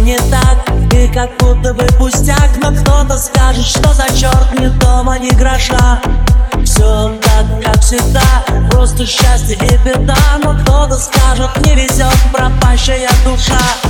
не так, и как будто бы пустяк. Но кто-то скажет, что за черт, ни дома, ни гроша. Все так, как всегда, просто счастье и беда. Но кто-то скажет, не везет пропащая душа.